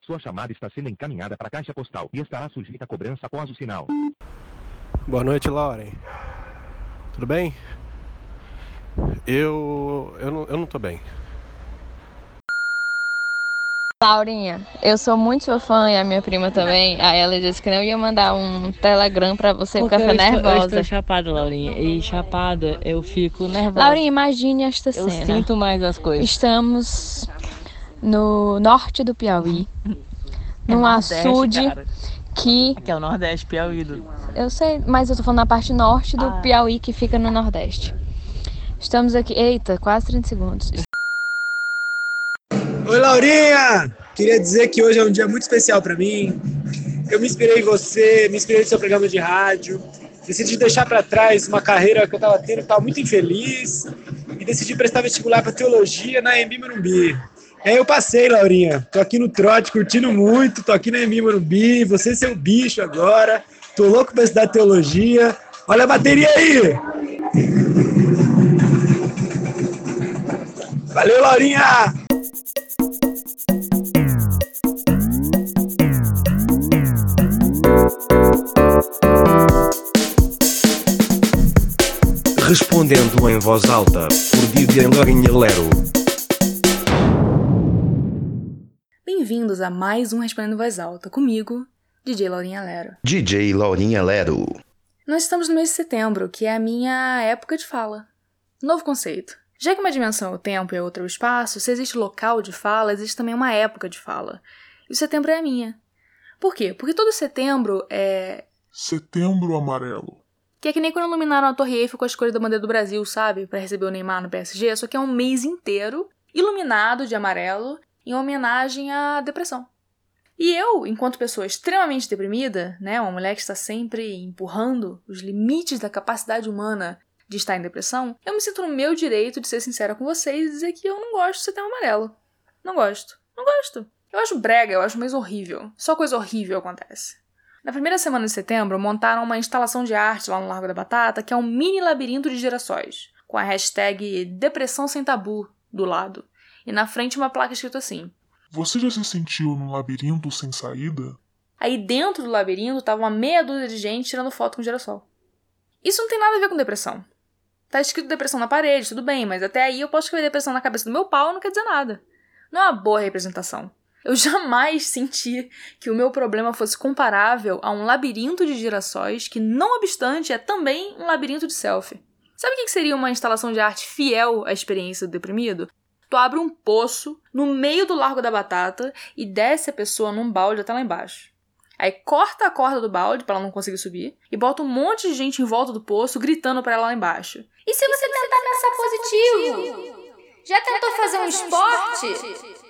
Sua chamada está sendo encaminhada para a caixa postal e estará sujeita a cobrança após o sinal. Boa noite, Lauren. Tudo bem? Eu não tô bem. Laurinha, eu sou muito sua fã e a minha prima também. Aí ela disse que não ia mandar um telegram pra você porque eu fico nervosa. Eu estou chapada, Laurinha. E chapada, eu fico nervosa. Laurinha, imagine esta cena. Eu sinto mais as coisas. Estamos no norte do Piauí, num açude que... Aqui é o Nordeste, Piauí. Eu sei, mas eu tô falando na parte norte do Piauí que fica no Nordeste. Estamos aqui... Eita, quase 30 segundos. Oi, Laurinha! Queria dizer que hoje é um dia muito especial para mim. Eu me inspirei em você, me inspirei no seu programa de rádio. Decidi deixar para trás uma carreira que eu estava tendo, que estava muito infeliz. E decidi prestar vestibular para teologia na Embi Morumbi. Aí eu passei, Laurinha. Tô aqui no trote, curtindo muito. Tô aqui na Embi Morumbi. Você é seu bicho agora. Tô louco para estudar teologia. Olha a bateria aí! Valeu, Laurinha! Respondendo em voz alta, por DJ Laurinha Lero. Bem-vindos a mais um Respondendo em Voz Alta, comigo, DJ Laurinha Lero. DJ Laurinha Lero. Nós estamos no mês de setembro, que é a minha época de fala. Novo conceito. Já que uma dimensão é o tempo e a outra é o espaço, se existe local de fala, existe também uma época de fala. E o setembro é a minha. Por quê? Porque todo setembro é... Setembro Amarelo. Que é que nem quando iluminaram a Torre Eiffel com as cores da bandeira do Brasil, sabe? Pra receber o Neymar no PSG. Só que é um mês inteiro iluminado de amarelo em homenagem à depressão. E eu, enquanto pessoa extremamente deprimida, né? Uma mulher que está sempre empurrando os limites da capacidade humana de estar em depressão, eu me sinto no meu direito de ser sincera com vocês e dizer que eu não gosto de Setembro Amarelo. Não gosto. Não gosto. Eu acho brega, eu acho um mês horrível. Só coisa horrível acontece. Na primeira semana de setembro, montaram uma instalação de arte lá no Largo da Batata, que é um mini labirinto de girassóis, com a hashtag Depressão Sem Tabu do lado. E na frente uma placa escrito assim: Você já se sentiu num labirinto sem saída? Aí dentro do labirinto tava uma meia dúzia de gente tirando foto com girassol. Isso não tem nada a ver com depressão. Tá escrito depressão na parede, tudo bem, mas até aí eu posso escrever depressão na cabeça do meu pau e não quer dizer nada. Não é uma boa representação. Eu jamais senti que o meu problema fosse comparável a um labirinto de girassóis que, não obstante, é também um labirinto de selfie. Sabe o que seria uma instalação de arte fiel à experiência do deprimido? Tu abre um poço no meio do Largo da Batata e desce a pessoa num balde até lá embaixo. Aí corta a corda do balde pra ela não conseguir subir e bota um monte de gente em volta do poço gritando pra ela lá embaixo. E se você tentar pensar positivo? Já tentou fazer um esporte?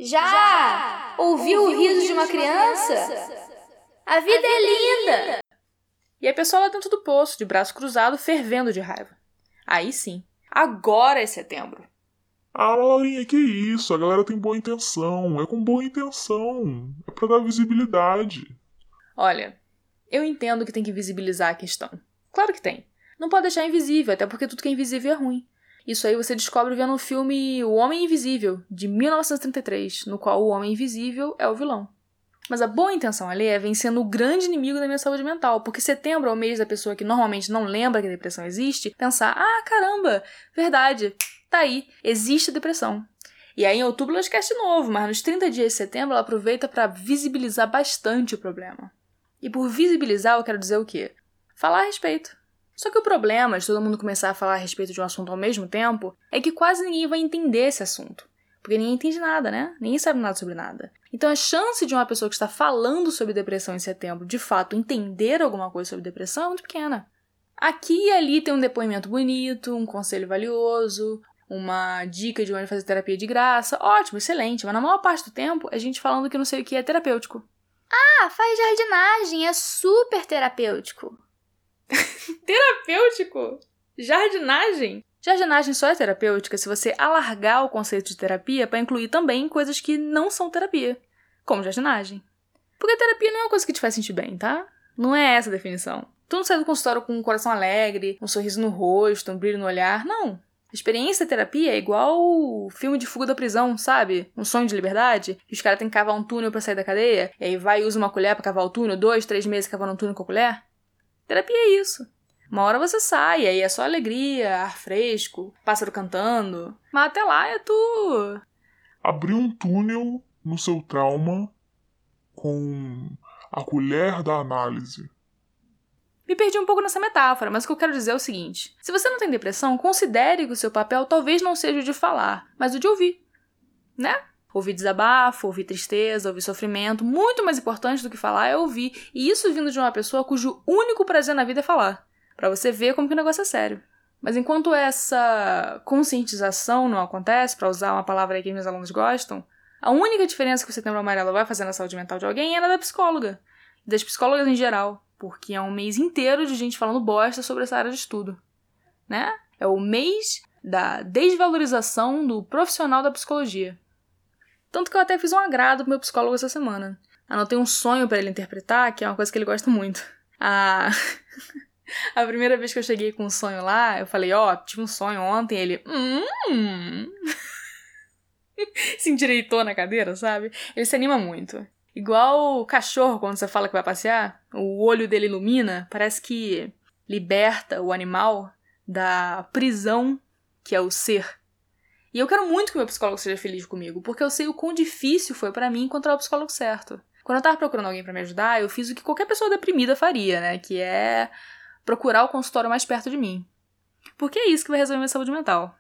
Já ouviu o riso de uma criança? A vida é linda! E a pessoa lá dentro do poço, de braço cruzado, fervendo de raiva. Aí sim, agora é setembro. Ah, Laurinha, que isso? A galera tem boa intenção. É com boa intenção. É pra dar visibilidade. Olha, eu entendo que tem que visibilizar a questão. Claro que tem. Não pode deixar invisível, até porque tudo que é invisível é ruim. Isso aí você descobre vendo o filme O Homem Invisível, de 1933, no qual o Homem Invisível é o vilão. Mas a boa intenção ali é vencendo o grande inimigo da minha saúde mental, porque setembro é o mês da pessoa que normalmente não lembra que a depressão existe, pensar, caramba, verdade, tá aí, existe a depressão. E aí em outubro ela esquece de novo, mas nos 30 dias de setembro ela aproveita para visibilizar bastante o problema. E por visibilizar eu quero dizer o quê? Falar a respeito. Só que o problema de todo mundo começar a falar a respeito de um assunto ao mesmo tempo é que quase ninguém vai entender esse assunto. Porque ninguém entende nada, né? Ninguém sabe nada sobre nada. Então a chance de uma pessoa que está falando sobre depressão em setembro, de fato, entender alguma coisa sobre depressão é muito pequena. Aqui e ali tem um depoimento bonito, um conselho valioso, uma dica de onde fazer terapia de graça. Ótimo, excelente. Mas na maior parte do tempo é gente falando que não sei o que é terapêutico. Faz jardinagem, é super terapêutico. Terapêutico? Jardinagem? Jardinagem só é terapêutica se você alargar o conceito de terapia para incluir também coisas que não são terapia, como jardinagem. Porque terapia não é uma coisa que te faz sentir bem, tá? Não é essa a definição. Tu não sai do consultório com um coração alegre, um sorriso no rosto, um brilho no olhar. Não. A experiência da terapia é igual filme de fuga da prisão, sabe? Um sonho de liberdade. Que os caras têm que cavar um túnel pra sair da cadeia. E aí vai e usa uma colher pra cavar o túnel. 2, 3 meses cavando um túnel com a colher. Terapia é isso. Uma hora você sai, aí é só alegria, ar fresco, pássaro cantando. Mas até lá é tu... Abrir um túnel no seu trauma com a colher da análise. Me perdi um pouco nessa metáfora, mas o que eu quero dizer é o seguinte. Se você não tem depressão, considere que o seu papel talvez não seja o de falar, mas o de ouvir. Né? Ouvir desabafo, ouvir tristeza, ouvir sofrimento. Muito mais importante do que falar é ouvir. E isso vindo de uma pessoa cujo único prazer na vida é falar. Pra você ver como que o negócio é sério. Mas enquanto essa conscientização não acontece, pra usar uma palavra aí que meus alunos gostam, a única diferença que o Setembro Amarelo vai fazer na saúde mental de alguém é na da psicóloga. E das psicólogas em geral. Porque é um mês inteiro de gente falando bosta sobre essa área de estudo. Né? É o mês da desvalorização do profissional da psicologia. Tanto que eu até fiz um agrado pro meu psicólogo essa semana. Anotei um sonho pra ele interpretar, que é uma coisa que ele gosta muito. A primeira vez que eu cheguei com um sonho lá, eu falei, tive um sonho ontem, ele... se endireitou na cadeira, sabe? Ele se anima muito. Igual o cachorro, quando você fala que vai passear, o olho dele ilumina, parece que liberta o animal da prisão que é o ser. E eu quero muito que o meu psicólogo seja feliz comigo, porque eu sei o quão difícil foi pra mim encontrar o psicólogo certo. Quando eu tava procurando alguém pra me ajudar, eu fiz o que qualquer pessoa deprimida faria, né? Que é procurar o consultório mais perto de mim. Porque é isso que vai resolver minha saúde mental.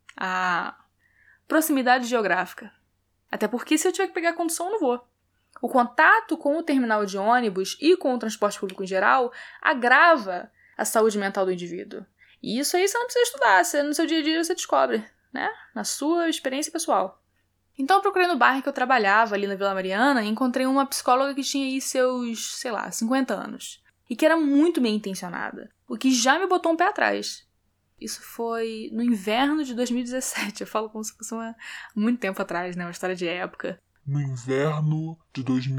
A proximidade geográfica. Até porque se eu tiver que pegar a condução, eu não vou. O contato com o terminal de ônibus e com o transporte público em geral agrava a saúde mental do indivíduo. E isso aí você não precisa estudar, no seu dia a dia você descobre, né? Na sua experiência pessoal. Então eu procurei no bairro que eu trabalhava, ali na Vila Mariana, e encontrei uma psicóloga que tinha aí seus, 50 anos. E que era muito bem intencionada, o que já me botou um pé atrás. Isso foi no inverno de 2017, eu falo como se fosse muito tempo atrás, né? Uma história de época. No inverno de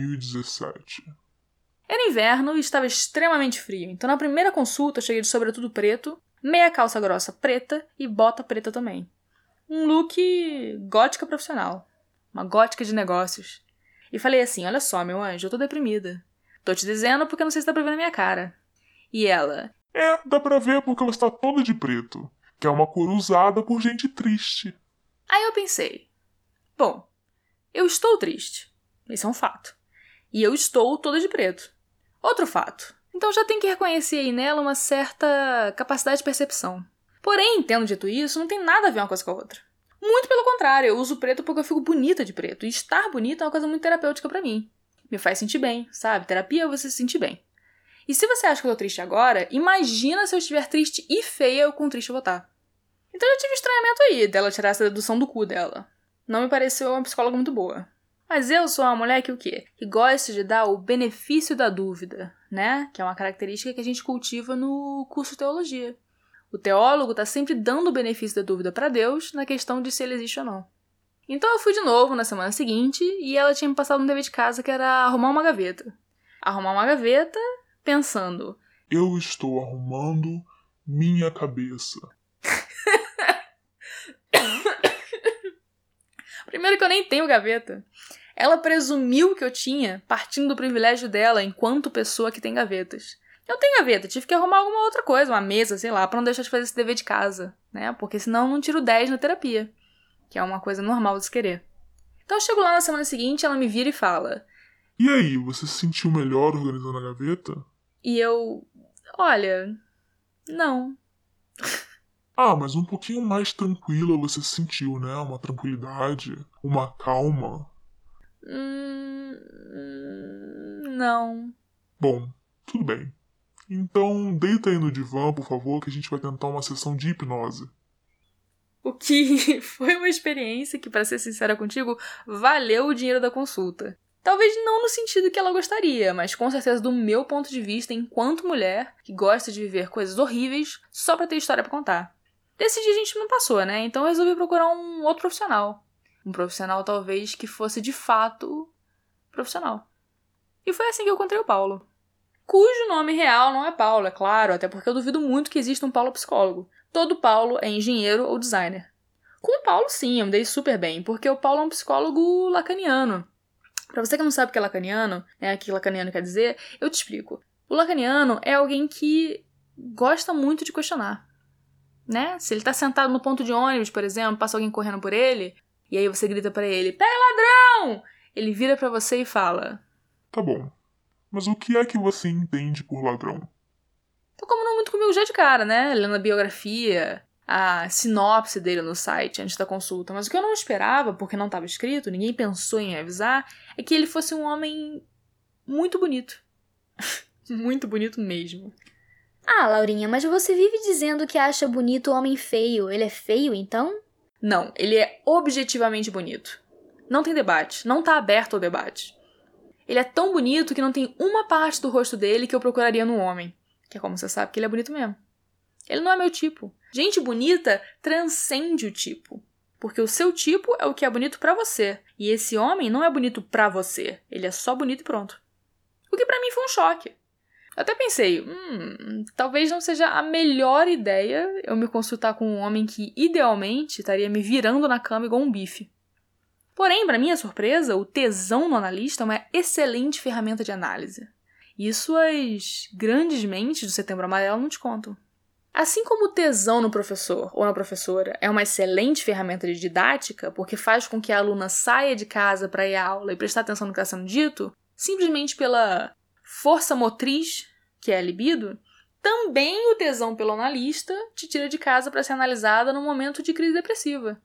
2017. Era inverno e estava extremamente frio, então na primeira consulta eu cheguei de sobretudo preto, meia calça grossa preta e bota preta também. Um look gótica profissional, uma gótica de negócios. E falei assim, olha só, meu anjo, eu tô deprimida. Tô te dizendo porque eu não sei se dá pra ver na minha cara. E ela... dá pra ver porque você tá toda de preto, que é uma cor usada por gente triste. Aí eu pensei, bom, eu estou triste, isso é um fato. E eu estou toda de preto, outro fato. Então já tem que reconhecer aí nela uma certa capacidade de percepção. Porém, tendo dito isso, não tem nada a ver uma coisa com a outra. Muito pelo contrário, eu uso preto porque eu fico bonita de preto. E estar bonita é uma coisa muito terapêutica pra mim. Me faz sentir bem, sabe? Terapia é você se sentir bem. E se você acha que eu tô triste agora, imagina se eu estiver triste e feia, o quão triste eu vou estar. Então eu tive estranhamento aí dela tirar essa dedução do cu dela. Não me pareceu uma psicóloga muito boa. Mas eu sou uma mulher que o quê? Que gosta de dar o benefício da dúvida, né? Que é uma característica que a gente cultiva no curso de teologia. O teólogo tá sempre dando o benefício da dúvida pra Deus na questão de se ele existe ou não. Então eu fui de novo na semana seguinte e ela tinha me passado um dever de casa que era arrumar uma gaveta. Arrumar uma gaveta pensando... Eu estou arrumando minha cabeça. Primeiro que eu nem tenho gaveta. Ela presumiu que eu tinha, partindo do privilégio dela enquanto pessoa que tem gavetas. Eu tenho gaveta, tive que arrumar alguma outra coisa, uma mesa, sei lá, pra não deixar de fazer esse dever de casa, né? Porque senão eu não tiro 10 na terapia, que é uma coisa normal de se querer. Então eu chego lá na semana seguinte, ela me vira e fala... E aí, você se sentiu melhor organizando a gaveta? E eu... Olha... Não. Mas um pouquinho mais tranquila você se sentiu, né? Uma tranquilidade, uma calma. Não. Bom, tudo bem. Então, deita aí no divã, por favor, que a gente vai tentar uma sessão de hipnose. O que foi uma experiência que, pra ser sincera contigo, valeu o dinheiro da consulta. Talvez não no sentido que ela gostaria, mas com certeza do meu ponto de vista enquanto mulher que gosta de viver coisas horríveis só pra ter história pra contar. Desse dia a gente não passou, né? Então eu resolvi procurar um outro profissional. Um profissional talvez que fosse de fato profissional. E foi assim que eu encontrei o Paulo. Cujo nome real não é Paulo, é claro, até porque eu duvido muito que exista um Paulo psicólogo. todo Paulo é engenheiro ou designer. Com o Paulo, sim, eu me dei super bem, porque o Paulo é um psicólogo lacaniano. Pra você que não sabe o que é lacaniano, né, o que lacaniano quer dizer, eu te explico. O lacaniano é alguém que gosta muito de questionar, né? Se ele tá sentado no ponto de ônibus, por exemplo, passa alguém correndo por ele, e aí você grita pra ele, pega ladrão! Ele vira pra você e fala... Tá bom, mas o que é que você entende por ladrão? Tô combinou muito comigo já de cara, né? Lendo a biografia, a sinopse dele no site antes da consulta. Mas o que eu não esperava, porque não estava escrito, ninguém pensou em avisar, é que ele fosse um homem muito bonito. Muito bonito mesmo. Ah, Laurinha, mas você vive dizendo que acha bonito o homem feio. Ele é feio, então? Não, ele é objetivamente bonito. Não tem debate, não tá aberto ao debate. Ele é tão bonito que não tem uma parte do rosto dele que eu procuraria no homem. Que é como você sabe que ele é bonito mesmo. Ele não é meu tipo. Gente bonita transcende o tipo. Porque o seu tipo é o que é bonito pra você. E esse homem não é bonito pra você. Ele é só bonito e pronto. O que pra mim foi um choque. Eu até pensei, talvez não seja a melhor ideia eu me consultar com um homem que, idealmente, estaria me virando na cama igual um bife. Porém, pra minha surpresa, o tesão no analista é uma excelente ferramenta de análise. Isso as grandes mentes do Setembro Amarelo não te contam. Assim como o tesão no professor ou na professora é uma excelente ferramenta de didática, porque faz com que a aluna saia de casa para ir à aula e prestar atenção no que está sendo dito, simplesmente pela força motriz, que é a libido, também o tesão pelo analista te tira de casa para ser analisada no momento de crise depressiva.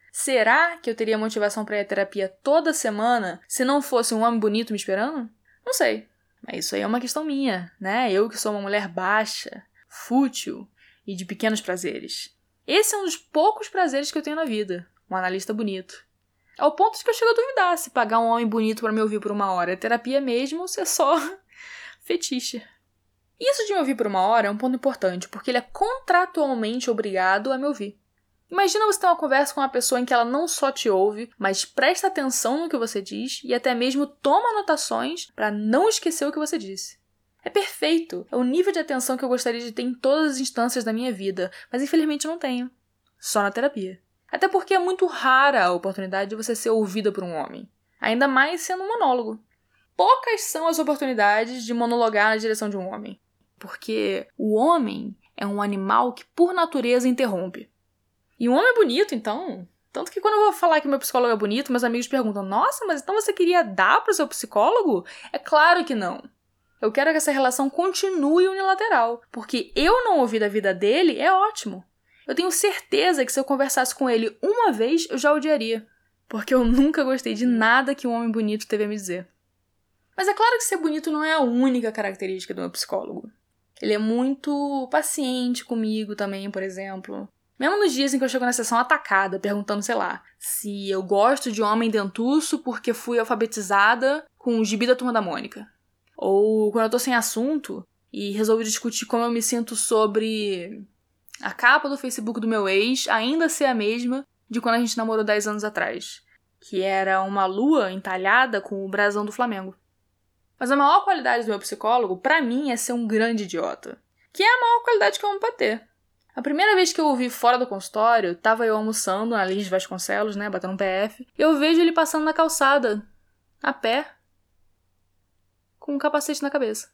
Será que eu teria motivação para ir à terapia toda semana se não fosse um homem bonito me esperando? Não sei. Mas isso aí é uma questão minha, né? Eu que sou uma mulher baixa, fútil e de pequenos prazeres. Esse é um dos poucos prazeres que eu tenho na vida, um analista bonito. Ao ponto de que eu chego a duvidar se pagar um homem bonito pra me ouvir por 1 hora é terapia mesmo ou se é só fetiche. Isso de me ouvir por 1 hora é um ponto importante, porque ele é contratualmente obrigado a me ouvir. Imagina você ter uma conversa com uma pessoa em que ela não só te ouve, mas presta atenção no que você diz e até mesmo toma anotações para não esquecer o que você disse. É perfeito, é o nível de atenção que eu gostaria de ter em todas as instâncias da minha vida, mas infelizmente eu não tenho. Só na terapia. Até porque é muito rara a oportunidade de você ser ouvida por um homem. Ainda mais sendo um monólogo. Poucas são as oportunidades de monologar na direção de um homem. Porque o homem é um animal que por natureza interrompe. E um homem é bonito, então. Tanto que quando eu vou falar que meu psicólogo é bonito, meus amigos perguntam, nossa, mas então você queria dar pro seu psicólogo? É claro que não. Eu quero que essa relação continue unilateral, porque eu não ouvir da vida dele é ótimo. Eu tenho certeza que se eu conversasse com ele uma vez, eu já odiaria. Porque eu nunca gostei de nada que um homem bonito teve a me dizer. Mas é claro que ser bonito não é a única característica do meu psicólogo. Ele é muito paciente comigo também, por exemplo. Mesmo nos dias em que eu chego na sessão atacada, perguntando, sei lá, se eu gosto de homem dentuço porque fui alfabetizada com o gibi da Turma da Mônica. Ou quando eu tô sem assunto e resolvo discutir como eu me sinto sobre a capa do Facebook do meu ex ainda ser a mesma de quando a gente namorou 10 anos atrás. Que era uma lua entalhada com o brasão do Flamengo. Mas a maior qualidade do meu psicólogo, pra mim, é ser um grande idiota. Que é a maior qualidade que eu amo pra ter. A primeira vez que eu o vi fora do consultório, tava eu almoçando na Lins Vasconcelos, né, batendo um PF, e eu vejo ele passando na calçada, a pé, com um capacete na cabeça.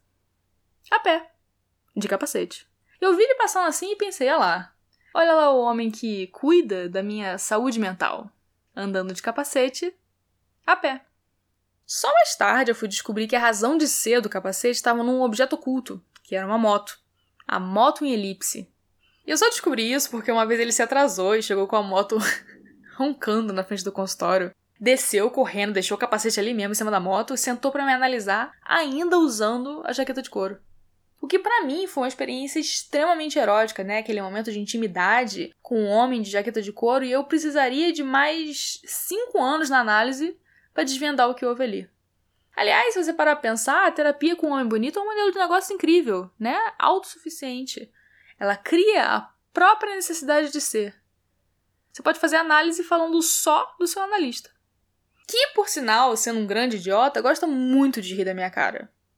A pé, de capacete. Eu vi ele passando assim e pensei, olha lá o homem que cuida da minha saúde mental, andando de capacete, a pé. Só mais tarde eu fui descobrir que a razão de ser do capacete estava num objeto oculto, que era uma moto. A moto em elipse. E eu só descobri isso porque uma vez ele se atrasou e chegou com a moto roncando na frente do consultório. Desceu correndo, deixou o capacete ali mesmo em cima da moto e sentou pra me analisar, ainda usando a jaqueta de couro. O que pra mim foi uma experiência extremamente erótica, né? Aquele momento de intimidade com um homem de jaqueta de couro, e eu precisaria de mais 5 anos na análise pra desvendar o que houve ali. Aliás, se você parar pra pensar, a terapia com um homem bonito é um modelo de negócio incrível, né? Autossuficiente. Ela cria a própria necessidade de ser. Você pode fazer análise falando só do seu analista. Que, por sinal, sendo um grande idiota, gosta muito de rir da minha cara.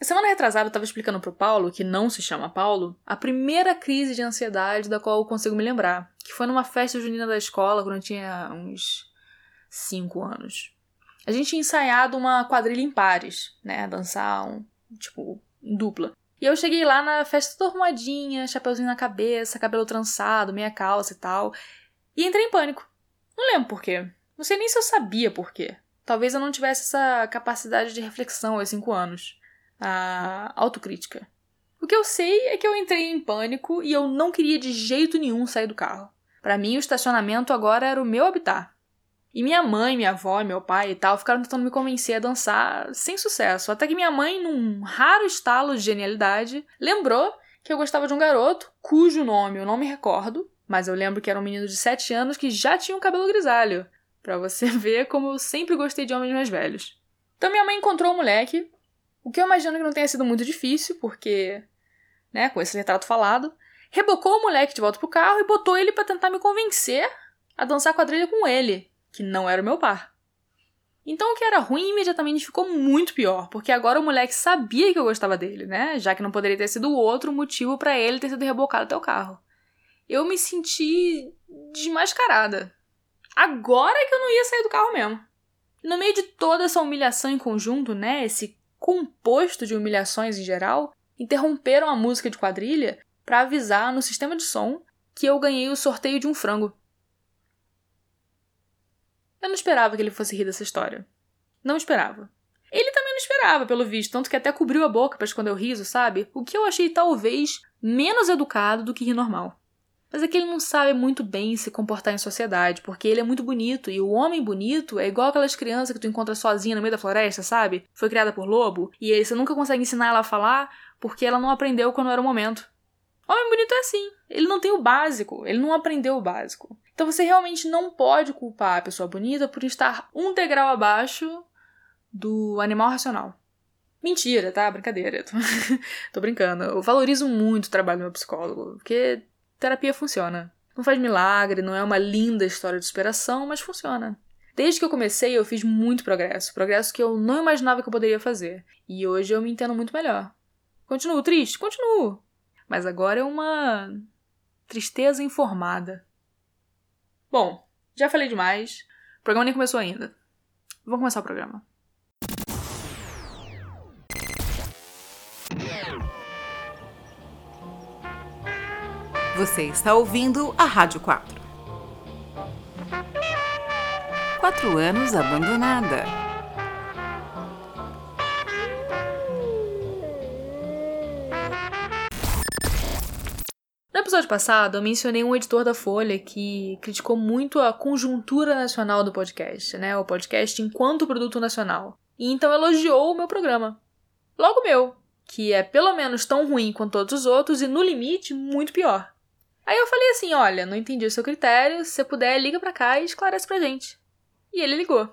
Semana retrasada eu tava explicando pro Paulo, que não se chama Paulo, a primeira crise de ansiedade da qual eu consigo me lembrar, que foi numa festa junina da escola quando eu tinha uns 5 anos. A gente tinha ensaiado uma quadrilha em pares, né, dançar em dupla. E eu cheguei lá na festa toda arrumadinha, chapeuzinho na cabeça, cabelo trançado, meia calça e tal, e entrei em pânico. Não lembro por quê. Não sei nem se eu sabia por quê. Talvez eu não tivesse essa capacidade de reflexão aos 5 anos. A autocrítica. O que eu sei é que eu entrei em pânico e eu não queria de jeito nenhum sair do carro. Pra mim, o estacionamento agora era o meu habitat. E minha mãe, minha avó, meu pai e tal ficaram tentando me convencer a dançar sem sucesso. Até que minha mãe, num raro estalo de genialidade, lembrou que eu gostava de um garoto cujo nome eu não me recordo, mas eu lembro que era um menino de 7 anos que já tinha um cabelo grisalho. Pra você ver como eu sempre gostei de homens mais velhos. Então minha mãe encontrou o moleque. O que eu imagino que não tenha sido muito difícil, porque, né, com esse retrato falado, rebocou o moleque de volta pro carro e botou ele pra tentar me convencer a dançar quadrilha com ele, que não era o meu par. Então o que era ruim imediatamente ficou muito pior, porque agora o moleque sabia que eu gostava dele, né, já que não poderia ter sido outro motivo pra ele ter sido rebocado até o carro. Eu me senti desmascarada. Agora é que eu não ia sair do carro mesmo. No meio de toda essa humilhação em conjunto, né, esse composto de humilhações em geral, interromperam a música de quadrilha para avisar no sistema de som que eu ganhei o sorteio de um frango. Eu não esperava que ele fosse rir dessa história. Não esperava. Ele também não esperava, pelo visto, tanto que até cobriu a boca para esconder o riso, sabe? O que eu achei talvez menos educado do que rir normal. Mas é que ele não sabe muito bem se comportar em sociedade, porque ele é muito bonito, e o homem bonito é igual aquelas crianças que tu encontra sozinha no meio da floresta, sabe? Foi criada por lobo, e aí você nunca consegue ensinar ela a falar porque ela não aprendeu quando era o momento. Homem bonito é assim, ele não tem o básico, ele não aprendeu o básico. Então você realmente não pode culpar a pessoa bonita por estar um degrau abaixo do animal racional. Mentira, tá? Brincadeira. Tô brincando. Eu valorizo muito o trabalho do meu psicólogo, porque terapia funciona. Não faz milagre, não é uma linda história de superação, mas funciona. Desde que eu comecei, eu fiz muito progresso. Progresso que eu não imaginava que eu poderia fazer. E hoje eu me entendo muito melhor. Continuo triste? Continuo. Mas agora é uma tristeza informada. Bom, já falei demais. O programa nem começou ainda. Vamos começar o programa. Você está ouvindo a Rádio 4. 4 anos abandonada. No episódio passado, eu mencionei um editor da Folha que criticou muito a conjuntura nacional do podcast, né? O podcast enquanto produto nacional. E então elogiou o meu programa. Logo o meu, que é pelo menos tão ruim quanto todos os outros e, no limite, muito pior. Aí eu falei assim, olha, não entendi o seu critério, se você puder, liga pra cá e esclarece pra gente. E ele ligou.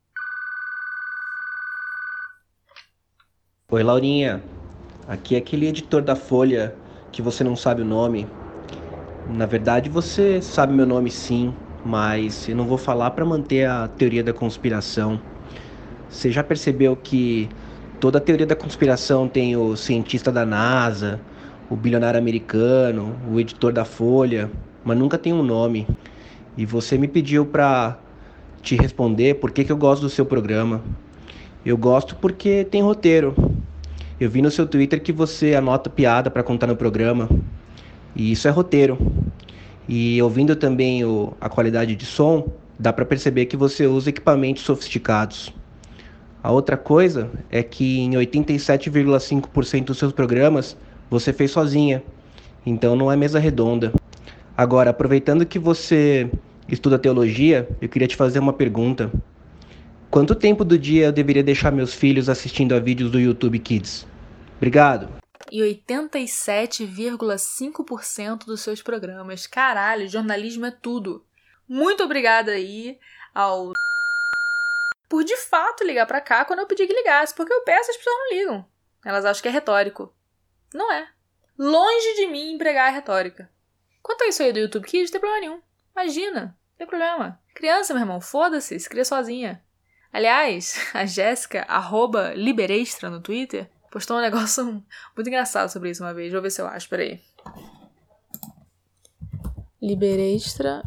Oi, Laurinha. Aqui é aquele editor da Folha que você não sabe o nome. Na verdade, você sabe meu nome sim, mas eu não vou falar pra manter a teoria da conspiração. Você já percebeu que toda teoria da conspiração tem o cientista da NASA, o bilionário americano, o editor da Folha, mas nunca tem um nome. E você me pediu pra te responder por que eu gosto do seu programa. Eu gosto porque tem roteiro. Eu vi no seu Twitter que você anota piada pra contar no programa. E isso é roteiro. E ouvindo também a qualidade de som, dá pra perceber que você usa equipamentos sofisticados. A outra coisa é que em 87,5% dos seus programas você fez sozinha, então não é mesa redonda. Agora, aproveitando que você estuda teologia, eu queria te fazer uma pergunta. Quanto tempo do dia eu deveria deixar meus filhos assistindo a vídeos do YouTube Kids? Obrigado. E 87,5% dos seus programas. Caralho, jornalismo é tudo. Muito obrigada aí ao por de fato ligar pra cá quando eu pedi que ligasse, porque eu peço e as pessoas não ligam. Elas acham que é retórico. Não é. Longe de mim empregar a retórica. Quanto a isso aí do YouTube Kids, não tem problema nenhum. Imagina, não tem problema. Criança, meu irmão, foda-se, se cria sozinha. Aliás, a Jéssica, @liberextra no Twitter, postou um negócio muito engraçado sobre isso uma vez. Vou ver se eu acho, peraí. Liberextra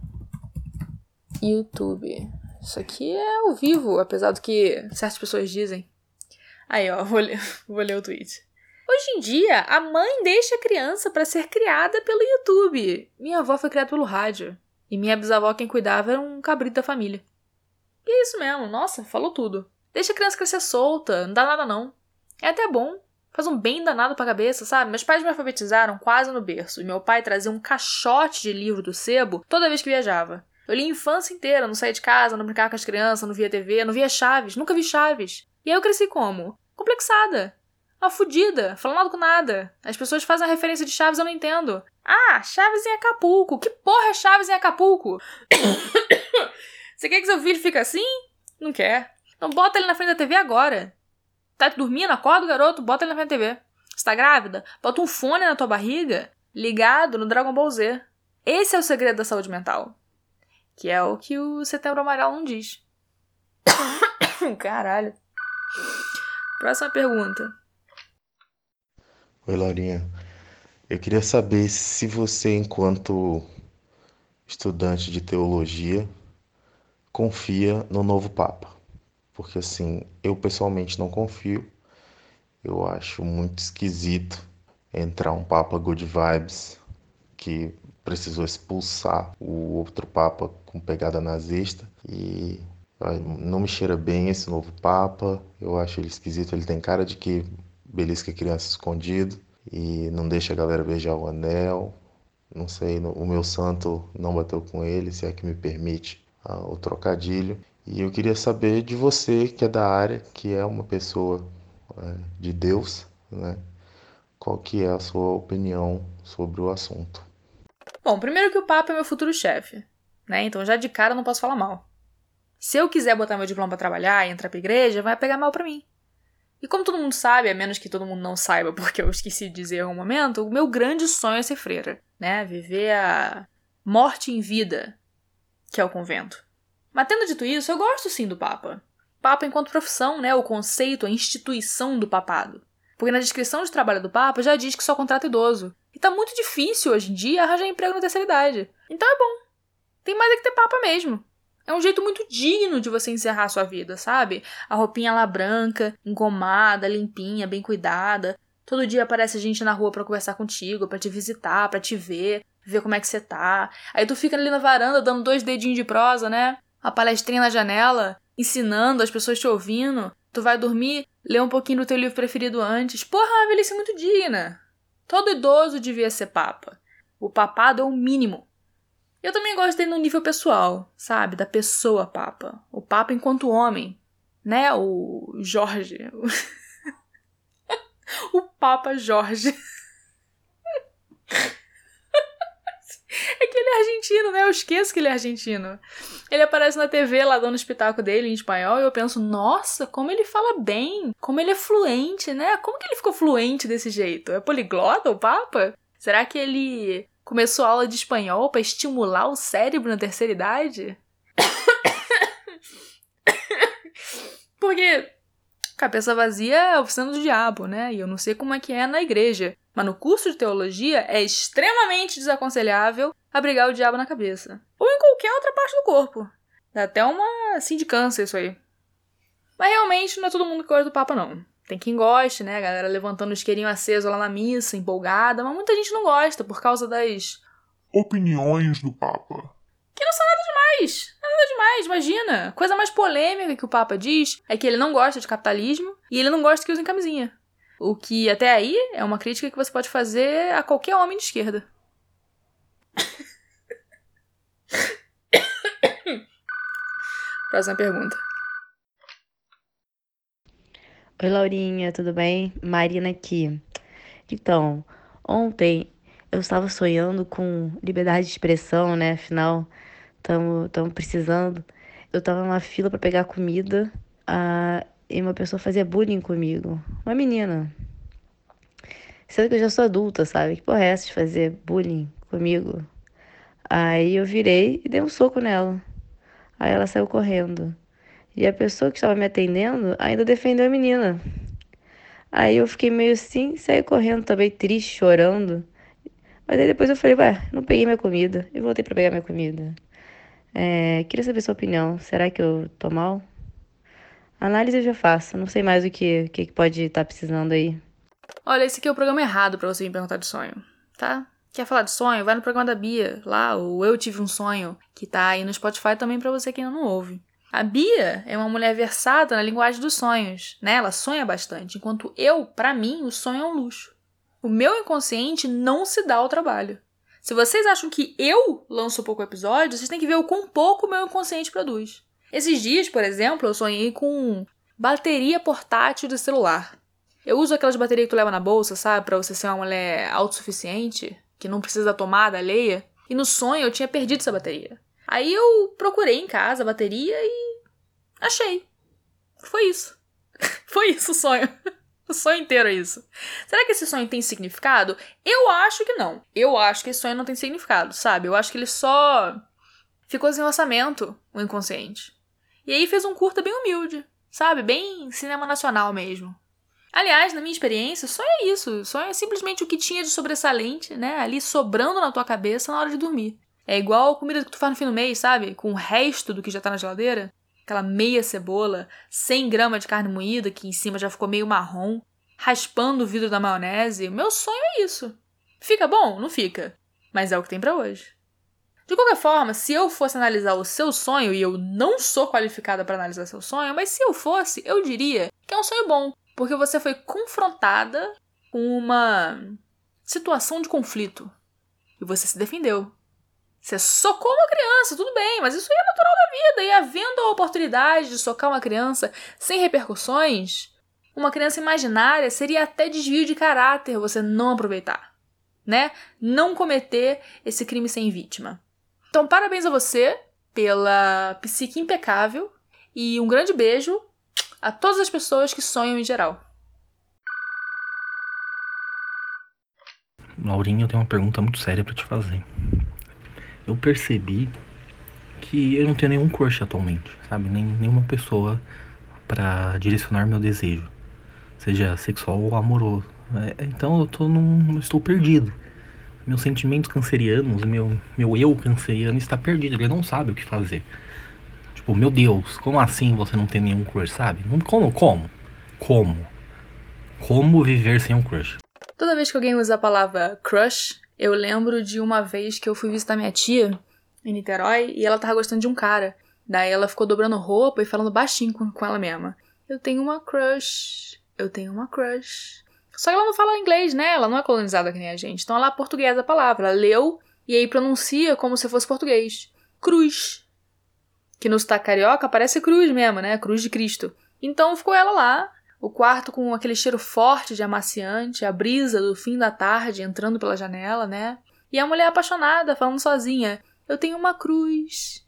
YouTube. Isso aqui é ao vivo, apesar do que certas pessoas dizem. Aí, ó, vou ler o tweet. Hoje em dia, a mãe deixa a criança para ser criada pelo YouTube. Minha avó foi criada pelo rádio. E minha bisavó, quem cuidava, era um cabrito da família. E é isso mesmo, nossa, falou tudo. Deixa a criança crescer solta, não dá nada não. É até bom, faz um bem danado pra cabeça, sabe? Meus pais me alfabetizaram quase no berço. E meu pai trazia um caixote de livro do sebo toda vez que viajava. Eu li a infância inteira, não saía de casa, não brincava com as crianças, não via TV, não via Chaves, nunca vi Chaves. E aí eu cresci como? Complexada. Uma fudida, falando com nada. As pessoas fazem a referência de Chaves, eu não entendo. Ah, Chaves em Acapulco. Que porra é Chaves em Acapulco? Você quer que seu filho fique assim? Não quer. Então bota ele na frente da TV agora. Tá dormindo? Acorda o garoto, bota ele na frente da TV. Você tá grávida? Bota um fone na tua barriga, ligado no Dragon Ball Z. Esse é o segredo da saúde mental. Que é o que o Setembro Amarelo não diz. Caralho. Próxima pergunta. Oi, Laurinha. Eu queria saber se você, enquanto estudante de teologia, confia no novo Papa. Porque, assim, eu pessoalmente não confio. Eu acho muito esquisito entrar um Papa good vibes que precisou expulsar o outro Papa com pegada nazista. E não me cheira bem esse novo Papa. Eu acho ele esquisito. Ele tem cara de que belisca criança escondido e não deixa a galera beijar o anel. Não sei, o meu santo não bateu com ele, se é que me permite o trocadilho. E eu queria saber de você, que é da área, que é uma pessoa de Deus, né? Qual que é a sua opinião sobre o assunto? Bom, primeiro que o Papa é meu futuro chefe, né? Então já de cara eu não posso falar mal. Se eu quiser botar meu diploma pra trabalhar e entrar pra igreja, vai pegar mal pra mim. E como todo mundo sabe, a menos que todo mundo não saiba, porque eu esqueci de dizer em algum momento, o meu grande sonho é ser freira, né? Viver a morte em vida, que é o convento. Mas tendo dito isso, eu gosto sim do Papa. Papa enquanto profissão, né? O conceito, a instituição do papado. Porque na descrição de trabalho do Papa já diz que só contrata idoso. E tá muito difícil hoje em dia arranjar emprego na terceira idade. Então é bom. Tem mais é que ter Papa mesmo. É um jeito muito digno de você encerrar a sua vida, sabe? A roupinha lá branca, engomada, limpinha, bem cuidada. Todo dia aparece gente na rua pra conversar contigo, pra te visitar, pra te ver como é que você tá. Aí tu fica ali na varanda dando 2 dedinhos de prosa, né? A palestrinha na janela, ensinando, as pessoas te ouvindo. Tu vai dormir, lê um pouquinho do teu livro preferido antes. Porra, é uma velhice muito digna. Todo idoso devia ser papa. O papado é o mínimo. Eu também gosto dele no nível pessoal, sabe? Da pessoa papa. O papa enquanto homem, né? O Jorge. O Papa Jorge. É que ele é argentino, né? Eu esqueço que ele é argentino. Ele aparece na TV lá dando o espetáculo dele em espanhol e eu penso, nossa, como ele fala bem, como ele é fluente, né? Como que ele ficou fluente desse jeito? É poliglota o Papa? Será que ele começou a aula de espanhol pra estimular o cérebro na terceira idade? Porque cabeça vazia é a oficina do diabo, né? E eu não sei como é que é na igreja. Mas no curso de teologia é extremamente desaconselhável abrigar o diabo na cabeça. Ou em qualquer outra parte do corpo. Dá até uma sindicância isso aí. Mas realmente não é todo mundo que gosta do Papa, não. Tem quem goste, né? A galera levantando o isqueirinho aceso lá na missa, empolgada. Mas muita gente não gosta por causa das opiniões do Papa. Que não são nada demais. Nada demais, imagina. Coisa mais polêmica que o Papa diz é que ele não gosta de capitalismo e ele não gosta que usem camisinha. O que até aí é uma crítica que você pode fazer a qualquer homem de esquerda. Próxima pergunta. Oi, Laurinha, tudo bem? Marina aqui. Então, ontem eu estava sonhando com liberdade de expressão, né? Afinal, estamos precisando. Eu estava numa fila para pegar comida e uma pessoa fazia bullying comigo. Uma menina. Sendo que eu já sou adulta, sabe? Que porra é essa de fazer bullying comigo? Aí eu virei e dei um soco nela. Aí ela saiu correndo. E a pessoa que estava me atendendo ainda defendeu a menina. Aí eu fiquei meio assim, saí correndo também, triste, chorando. Mas aí depois eu falei, ué, não peguei minha comida. E voltei pra pegar minha comida. Queria saber sua opinião. Será que eu tô mal? Análise eu já faço. Não sei mais o que pode estar precisando aí. Olha, esse aqui é o programa errado pra você me perguntar de sonho, tá? Quer falar de sonho? Vai no programa da Bia, lá, o Eu Tive um Sonho, que tá aí no Spotify também pra você que ainda não ouve. A Bia é uma mulher versada na linguagem dos sonhos, né? Ela sonha bastante, enquanto pra mim, o sonho é um luxo. O meu inconsciente não se dá ao trabalho. Se vocês acham que eu lanço pouco episódio, vocês têm que ver o quão pouco o meu inconsciente produz. Esses dias, por exemplo, eu sonhei com bateria portátil de celular. Eu uso aquelas baterias que tu leva na bolsa, sabe? Pra você ser uma mulher autossuficiente, que não precisa da tomada alheia. E no sonho eu tinha perdido essa bateria. Aí eu procurei em casa a bateria e achei. Foi isso. Foi isso o sonho. O sonho inteiro é isso. Será que esse sonho tem significado? Eu acho que não. Eu acho que esse sonho não tem significado, sabe? Eu acho que ele só ficou sem orçamento, o inconsciente. E aí fez um curta bem humilde, sabe? Bem cinema nacional mesmo. Aliás, na minha experiência, sonho é isso. Sonho é simplesmente o que tinha de sobressalente, né? Ali sobrando na tua cabeça na hora de dormir. É igual a comida que tu faz no fim do mês, sabe? Com o resto do que já tá na geladeira. Aquela meia cebola, 100 gramas de carne moída, que em cima já ficou meio marrom, raspando o vidro da maionese. Meu sonho é isso. Fica bom? Não fica. Mas é o que tem pra hoje. De qualquer forma, se eu fosse analisar o seu sonho, e eu não sou qualificada para analisar seu sonho, mas se eu fosse, eu diria que é um sonho bom. Porque você foi confrontada com uma situação de conflito. E você se defendeu. Você socou uma criança, tudo bem, mas isso aí é natural da vida. E havendo a oportunidade de socar uma criança sem repercussões, uma criança imaginária seria até desvio de caráter você não aproveitar, né? Não cometer esse crime sem vítima. Então, parabéns a você pela psique impecável e um grande beijo a todas as pessoas que sonham em geral. Laurinha, eu tenho uma pergunta muito séria pra te fazer. Eu percebi que eu não tenho nenhum crush atualmente, sabe? Nenhuma pessoa pra direcionar meu desejo, seja sexual ou amoroso. Então eu estou perdido. Meus sentimentos cancerianos, meu eu canceriano está perdido, ele não sabe o que fazer. Tipo, meu Deus, como assim você não tem nenhum crush, sabe? Como viver sem um crush? Toda vez que alguém usa a palavra crush, eu lembro de uma vez que eu fui visitar minha tia em Niterói e ela tava gostando de um cara. Daí ela ficou dobrando roupa e falando baixinho com ela mesma. Eu tenho uma crush. Só que ela não fala inglês, né? Ela não é colonizada que nem a gente. Então ela portuguesa a palavra. Ela leu e aí pronuncia como se fosse português. Cruz. Que no sotaque carioca parece cruz mesmo, né? Cruz de Cristo. Então ficou ela lá, o quarto com aquele cheiro forte de amaciante, a brisa do fim da tarde entrando pela janela, né? E a mulher apaixonada, falando sozinha. Eu tenho uma cruz.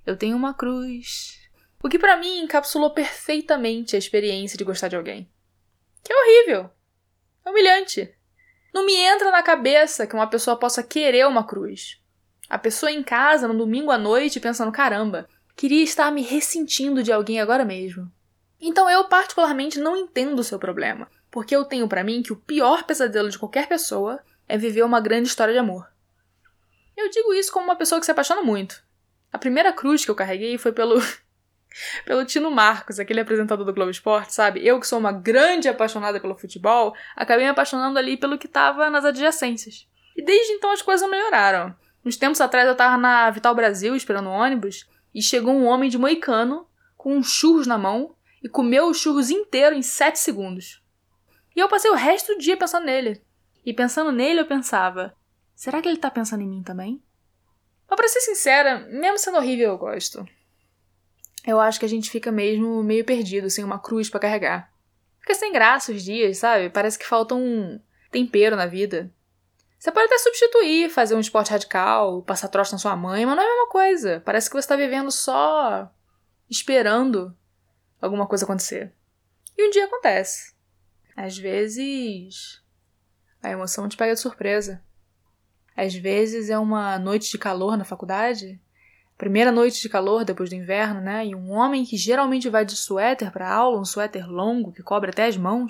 O que pra mim encapsulou perfeitamente a experiência de gostar de alguém. Que é horrível. É humilhante. Não me entra na cabeça que uma pessoa possa querer uma cruz. A pessoa em casa, no domingo à noite, pensando, caramba, queria estar me ressentindo de alguém agora mesmo. Então eu particularmente não entendo o seu problema, porque eu tenho pra mim que o pior pesadelo de qualquer pessoa é viver uma grande história de amor. Eu digo isso como uma pessoa que se apaixona muito. A primeira cruz que eu carreguei foi pelo Tino Marcos, aquele apresentador do Globo Esporte, sabe? Eu que sou uma grande apaixonada pelo futebol, acabei me apaixonando ali pelo que tava nas adjacências. E desde então as coisas melhoraram. Uns tempos atrás eu tava na Vital Brasil esperando o ônibus e chegou um homem de moicano com uns churros na mão e comeu os churros inteiro em 7 segundos. E eu passei o resto do dia pensando nele. E pensando nele eu pensava, será que ele tá pensando em mim também? Mas pra ser sincera, mesmo sendo horrível eu gosto. Eu acho que a gente fica mesmo meio perdido, sem uma cruz pra carregar. Fica sem graça os dias, sabe? Parece que falta um tempero na vida. Você pode até substituir, fazer um esporte radical, passar troça na sua mãe, mas não é a mesma coisa. Parece que você tá vivendo só esperando alguma coisa acontecer. E um dia acontece. Às vezes, a emoção te pega de surpresa. Às vezes é uma noite de calor na faculdade, primeira noite de calor depois do inverno, né? E um homem que geralmente vai de suéter pra aula, um suéter longo que cobre até as mãos,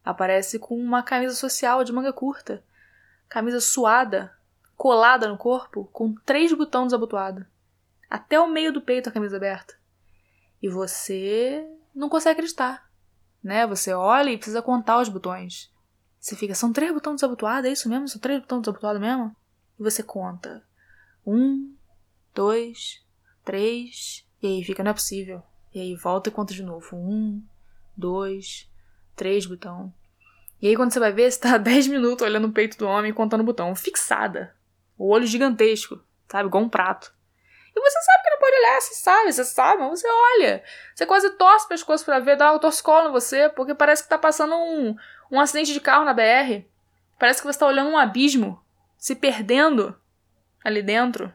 Aparece com uma camisa social de manga curta. Camisa suada, colada no corpo, com 3 botões desabotoados. Até o meio do peito a camisa aberta. E você não consegue acreditar, né? Você olha e precisa contar os botões. Você fica, são 3 botões desabotoados, é isso mesmo? São 3 botões desabotoados mesmo? E você conta. 1, 2, 3... E aí fica, não é possível. E aí volta e conta de novo. 1, 2, 3 botão. E aí quando você vai ver, você tá há 10 minutos olhando o peito do homem e contando o botão. Fixada. O olho gigantesco, sabe? Igual um prato. E você sabe que não pode olhar, você sabe, mas você olha. Você quase torce o pescoço pra ver, dá um torcicolo em você, porque parece que tá passando um acidente de carro na BR. Parece que você tá olhando um abismo, se perdendo ali dentro.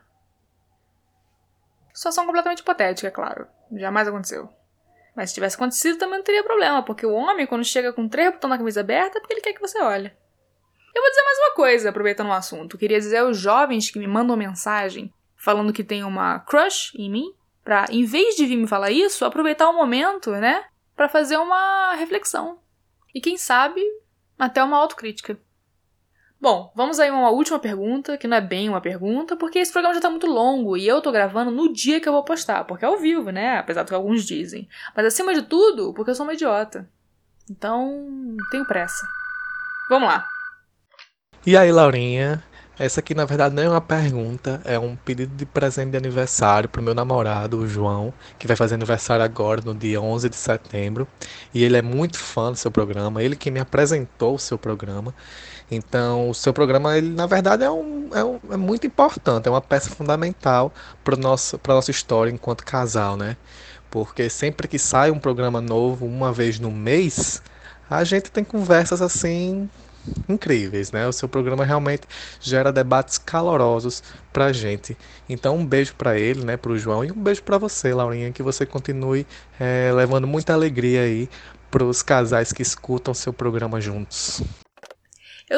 Situação completamente hipotética, é claro. Jamais aconteceu. Mas se tivesse acontecido, também não teria problema, porque o homem, quando chega com 3 botões na camisa aberta, é porque ele quer que você olhe. Eu vou dizer mais uma coisa, aproveitando o assunto. Queria dizer aos jovens que me mandam mensagem falando que tem uma crush em mim, pra, em vez de vir me falar isso, aproveitar o momento, né, pra fazer uma reflexão. E quem sabe, até uma autocrítica. Bom, vamos aí a uma última pergunta, que não é bem uma pergunta, porque esse programa já tá muito longo e eu tô gravando no dia que eu vou postar, porque é ao vivo, né? Apesar do que alguns dizem. Mas acima de tudo, porque eu sou uma idiota. Então, tenho pressa. Vamos lá. E aí, Laurinha? Essa aqui, na verdade, não é uma pergunta, é um pedido de presente de aniversário pro meu namorado, o João, que vai fazer aniversário agora, no dia 11 de setembro. E ele é muito fã do seu programa, ele que me apresentou o seu programa. Então, o seu programa, ele, na verdade, é muito importante, é uma peça fundamental para nossa história enquanto casal, né? Porque sempre que sai um programa novo, uma vez no mês, a gente tem conversas assim incríveis, né? O seu programa realmente gera debates calorosos pra gente. Então, um beijo pra ele, né? Pro João, e um beijo pra você, Laurinha, que você continue levando muita alegria aí pros casais que escutam seu programa juntos. Eu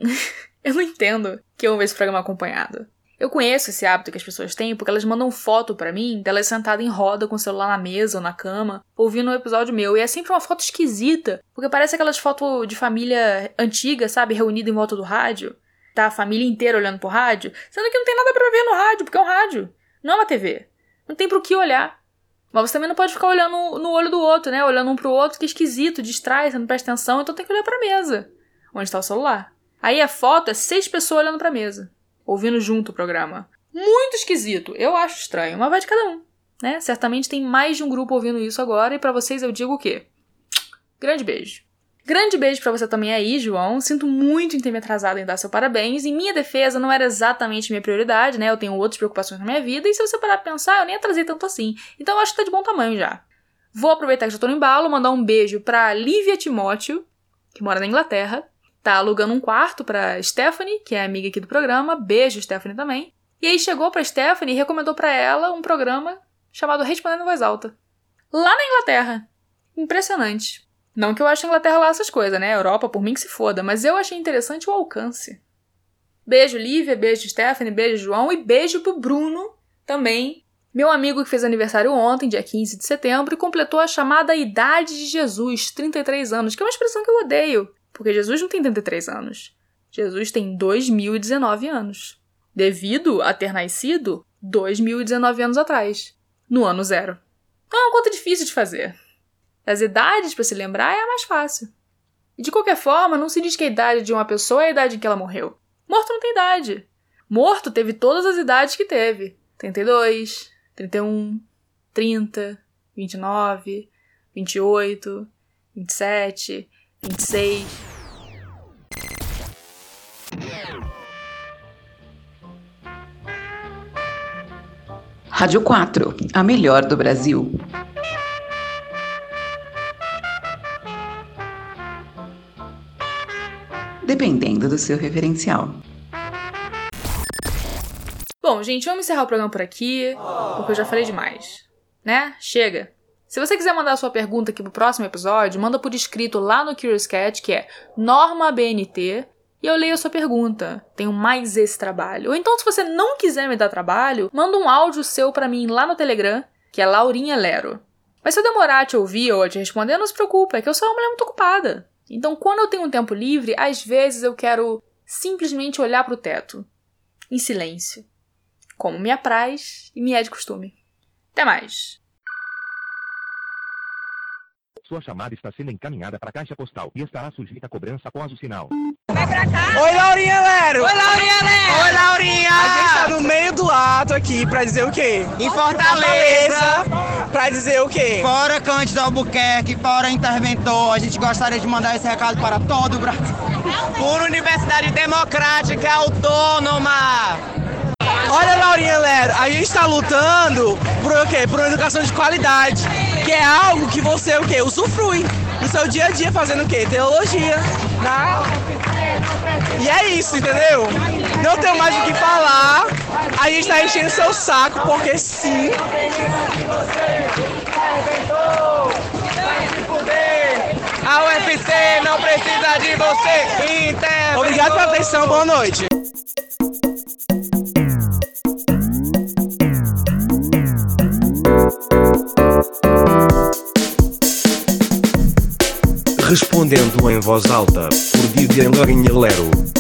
não entendo que eu vejo esse programa acompanhado. Eu conheço esse hábito que as pessoas têm porque elas mandam foto pra mim delas sentadas em roda com o celular na mesa ou na cama, ouvindo um episódio meu. E é sempre uma foto esquisita, porque parece aquelas fotos de família antiga, sabe? Reunida em volta do rádio. Tá a família inteira olhando pro rádio, sendo que não tem nada pra ver no rádio, porque é um rádio, não é uma TV. Não tem pro que olhar. Mas você também não pode ficar olhando no olho do outro, né? Olhando um pro outro, que é esquisito, distrai, você não presta atenção, então tem que olhar pra mesa, onde tá o celular. Aí a foto é 6 pessoas olhando pra mesa, ouvindo junto o programa. Muito esquisito. Eu acho estranho, mas vai de cada um, né? Certamente tem mais de um grupo ouvindo isso agora, e pra vocês eu digo o quê? Grande beijo. Grande beijo pra você também aí, João. Sinto muito em ter me atrasado em dar seu parabéns. Em minha defesa, não era exatamente minha prioridade, né? Eu tenho outras preocupações na minha vida, e se você parar pra pensar, eu nem atrasei tanto assim. Então eu acho que tá de bom tamanho já. Vou aproveitar que já tô no embalo, mandar um beijo pra Lívia Timóteo, que mora na Inglaterra. Tá alugando um quarto pra Stephanie, que é amiga aqui do programa. Beijo, Stephanie, também. E aí chegou pra Stephanie e recomendou pra ela um programa chamado Respondendo em Voz Alta. Lá na Inglaterra. Impressionante. Não que eu ache a Inglaterra lá essas coisas, né? Europa, por mim que se foda. Mas eu achei interessante o alcance. Beijo, Lívia. Beijo, Stephanie. Beijo, João. E beijo pro Bruno também. Meu amigo que fez aniversário ontem, dia 15 de setembro, e completou a chamada Idade de Jesus, 33 anos, que é uma expressão que eu odeio. Porque Jesus não tem 33 anos. Jesus tem 2019 anos. Devido a ter nascido 2019 anos atrás. No ano 0. Então é uma conta difícil de fazer. As idades, para se lembrar, é a mais fácil. E de qualquer forma, não se diz que a idade de uma pessoa é a idade em que ela morreu. Morto não tem idade. Morto teve todas as idades que teve. 32, 31, 30, 29, 28, 27... 26. Rádio 4, a melhor do Brasil. Dependendo do seu referencial. Bom, gente, vamos encerrar o programa por aqui, porque eu já falei demais, né? Chega. Se você quiser mandar a sua pergunta aqui pro próximo episódio, manda por escrito lá no Curious Cat, que é NormaBNT, e eu leio a sua pergunta. Tenho mais esse trabalho. Ou então, se você não quiser me dar trabalho, manda um áudio seu pra mim lá no Telegram, que é Laurinha Lero. Mas se eu demorar a te ouvir ou a te responder, não se preocupa, é que eu sou uma mulher muito ocupada. Então, quando eu tenho um tempo livre, às vezes eu quero simplesmente olhar para o teto, em silêncio, como me apraz e me é de costume. Até mais! Sua chamada está sendo encaminhada para a caixa postal e estará sujeita a cobrança após o sinal. Vai pra cá! Oi, Laurinha Lero! Oi, Laurinha Lero! Oi, Laurinha! A gente tá no meio do ato aqui pra dizer o quê? Em Fortaleza! Pra dizer o quê? Fora Cândido Albuquerque, fora Interventor, a gente gostaria de mandar esse recado para todo o Brasil. Por Universidade Democrática Autônoma! Olha, Laurinha Lero, a gente tá lutando por o quê? Por uma educação de qualidade, que é algo que você, o quê? Usufrui no seu dia a dia fazendo o quê? Teologia, tá? E é isso, entendeu? Não tenho mais o que falar, a gente tá enchendo seu saco, porque sim. A UFC não precisa de você, Interventor. Obrigado pela atenção, boa noite. Respondendo em voz alta, por Vivian Laurinha Lero.